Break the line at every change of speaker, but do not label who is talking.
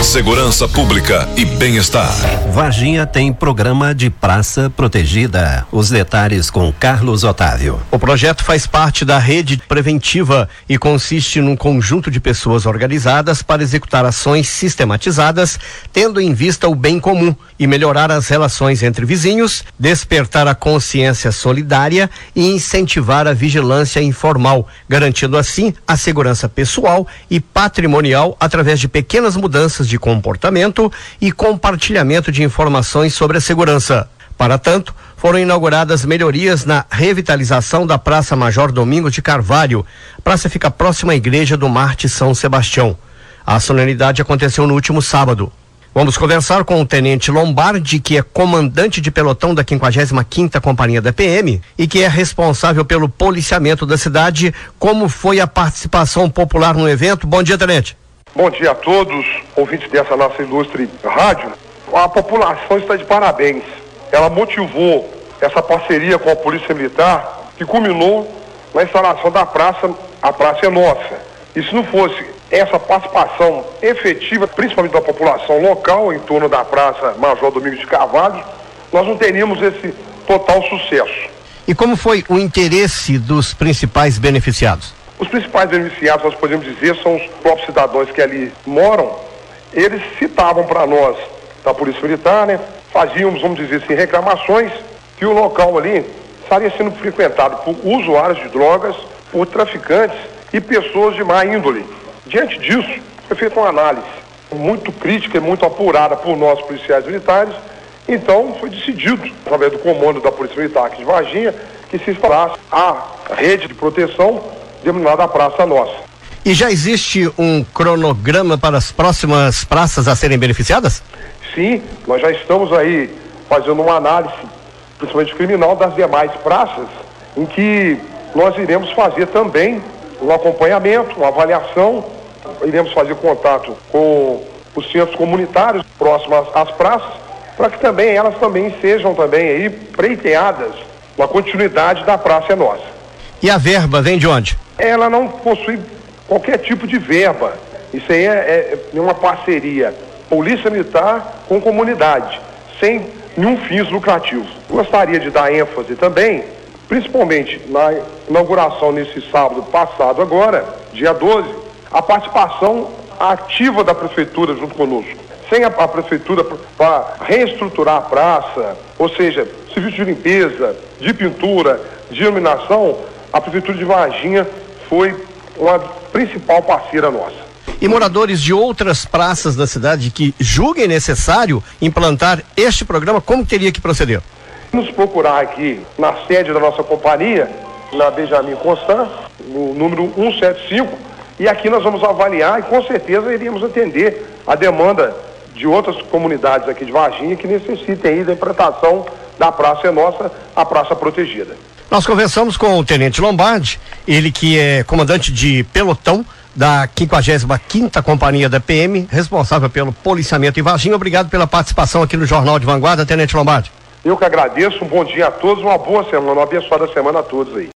Segurança Pública e Bem-Estar.
Varginha tem programa de praça protegida. Os detalhes com Carlos Otávio.
O projeto faz parte da rede preventiva e consiste num conjunto de pessoas organizadas para executar ações sistematizadas, tendo em vista o bem comum e melhorar as relações entre vizinhos, despertar a consciência solidária e incentivar a vigilância informal, garantindo assim a segurança pessoal e patrimonial através de pequenas mudanças de comportamento e compartilhamento de informações sobre a segurança. Para tanto, foram inauguradas melhorias na revitalização da Praça Major Domingos de Carvalho. A praça fica próxima à Igreja do Marte São Sebastião. A solenidade aconteceu no último sábado. Vamos conversar com o Tenente Lombardi, que é comandante de pelotão da 55ª Companhia da PM e que é responsável pelo policiamento da cidade. Como foi a participação popular no evento? Bom dia, Tenente.
Bom dia a todos, ouvintes dessa nossa ilustre rádio. A população está de parabéns. Ela motivou essa parceria com a Polícia Militar, que culminou na instalação da praça. A praça é nossa. E se não fosse essa participação efetiva, principalmente da população local, em torno da Praça Major Domingos de Carvalho, nós não teríamos esse total sucesso.
E como foi o interesse dos principais beneficiados?
Os principais beneficiados, nós podemos dizer, são os próprios cidadãos que ali moram. Eles citavam para nós, da Polícia Militar, né? Fazíamos, vamos dizer assim, reclamações que o local ali estaria sendo frequentado por usuários de drogas, por traficantes e pessoas de má índole. Diante disso, foi feita uma análise muito crítica e muito apurada por nós, policiais militares. Então, foi decidido, através do comando da Polícia Militar aqui de Varginha, que se instalasse a rede de proteção denominada Praça Nossa.
E já existe um cronograma para as próximas praças a serem beneficiadas?
Sim, nós já estamos aí fazendo uma análise, principalmente criminal, das demais praças, em que nós iremos fazer também um acompanhamento, uma avaliação, iremos fazer contato com os centros comunitários próximos às praças, para que também elas também sejam também aí preiteadas na continuidade da Praça é Nossa.
E a verba vem de onde?
Ela não possui qualquer tipo de verba. Isso aí é uma parceria Polícia Militar com comunidade, sem nenhum fins lucrativos. Gostaria de dar ênfase também, principalmente na inauguração nesse sábado passado agora, dia 12, a participação ativa da Prefeitura junto conosco. Sem a Prefeitura para reestruturar a praça, ou seja, serviço de limpeza, de pintura, de iluminação, a Prefeitura de Varginha foi uma principal parceira nossa.
E moradores de outras praças da cidade que julguem necessário implantar este programa, como teria que proceder?
Nos procurar aqui na sede da nossa companhia, na Benjamin Constant, no número 175, e aqui nós vamos avaliar e com certeza iríamos atender a demanda de outras comunidades aqui de Varginha que necessitem aí da implantação da Praça é Nossa, a Praça Protegida.
Nós conversamos com o Tenente Lombardi, ele que é comandante de pelotão da 55ª Companhia da PM, responsável pelo policiamento em Varginha. Obrigado pela participação aqui no Jornal de Vanguarda, Tenente Lombardi.
Eu que agradeço, um bom dia a todos, uma boa semana, uma abençoada semana a todos aí.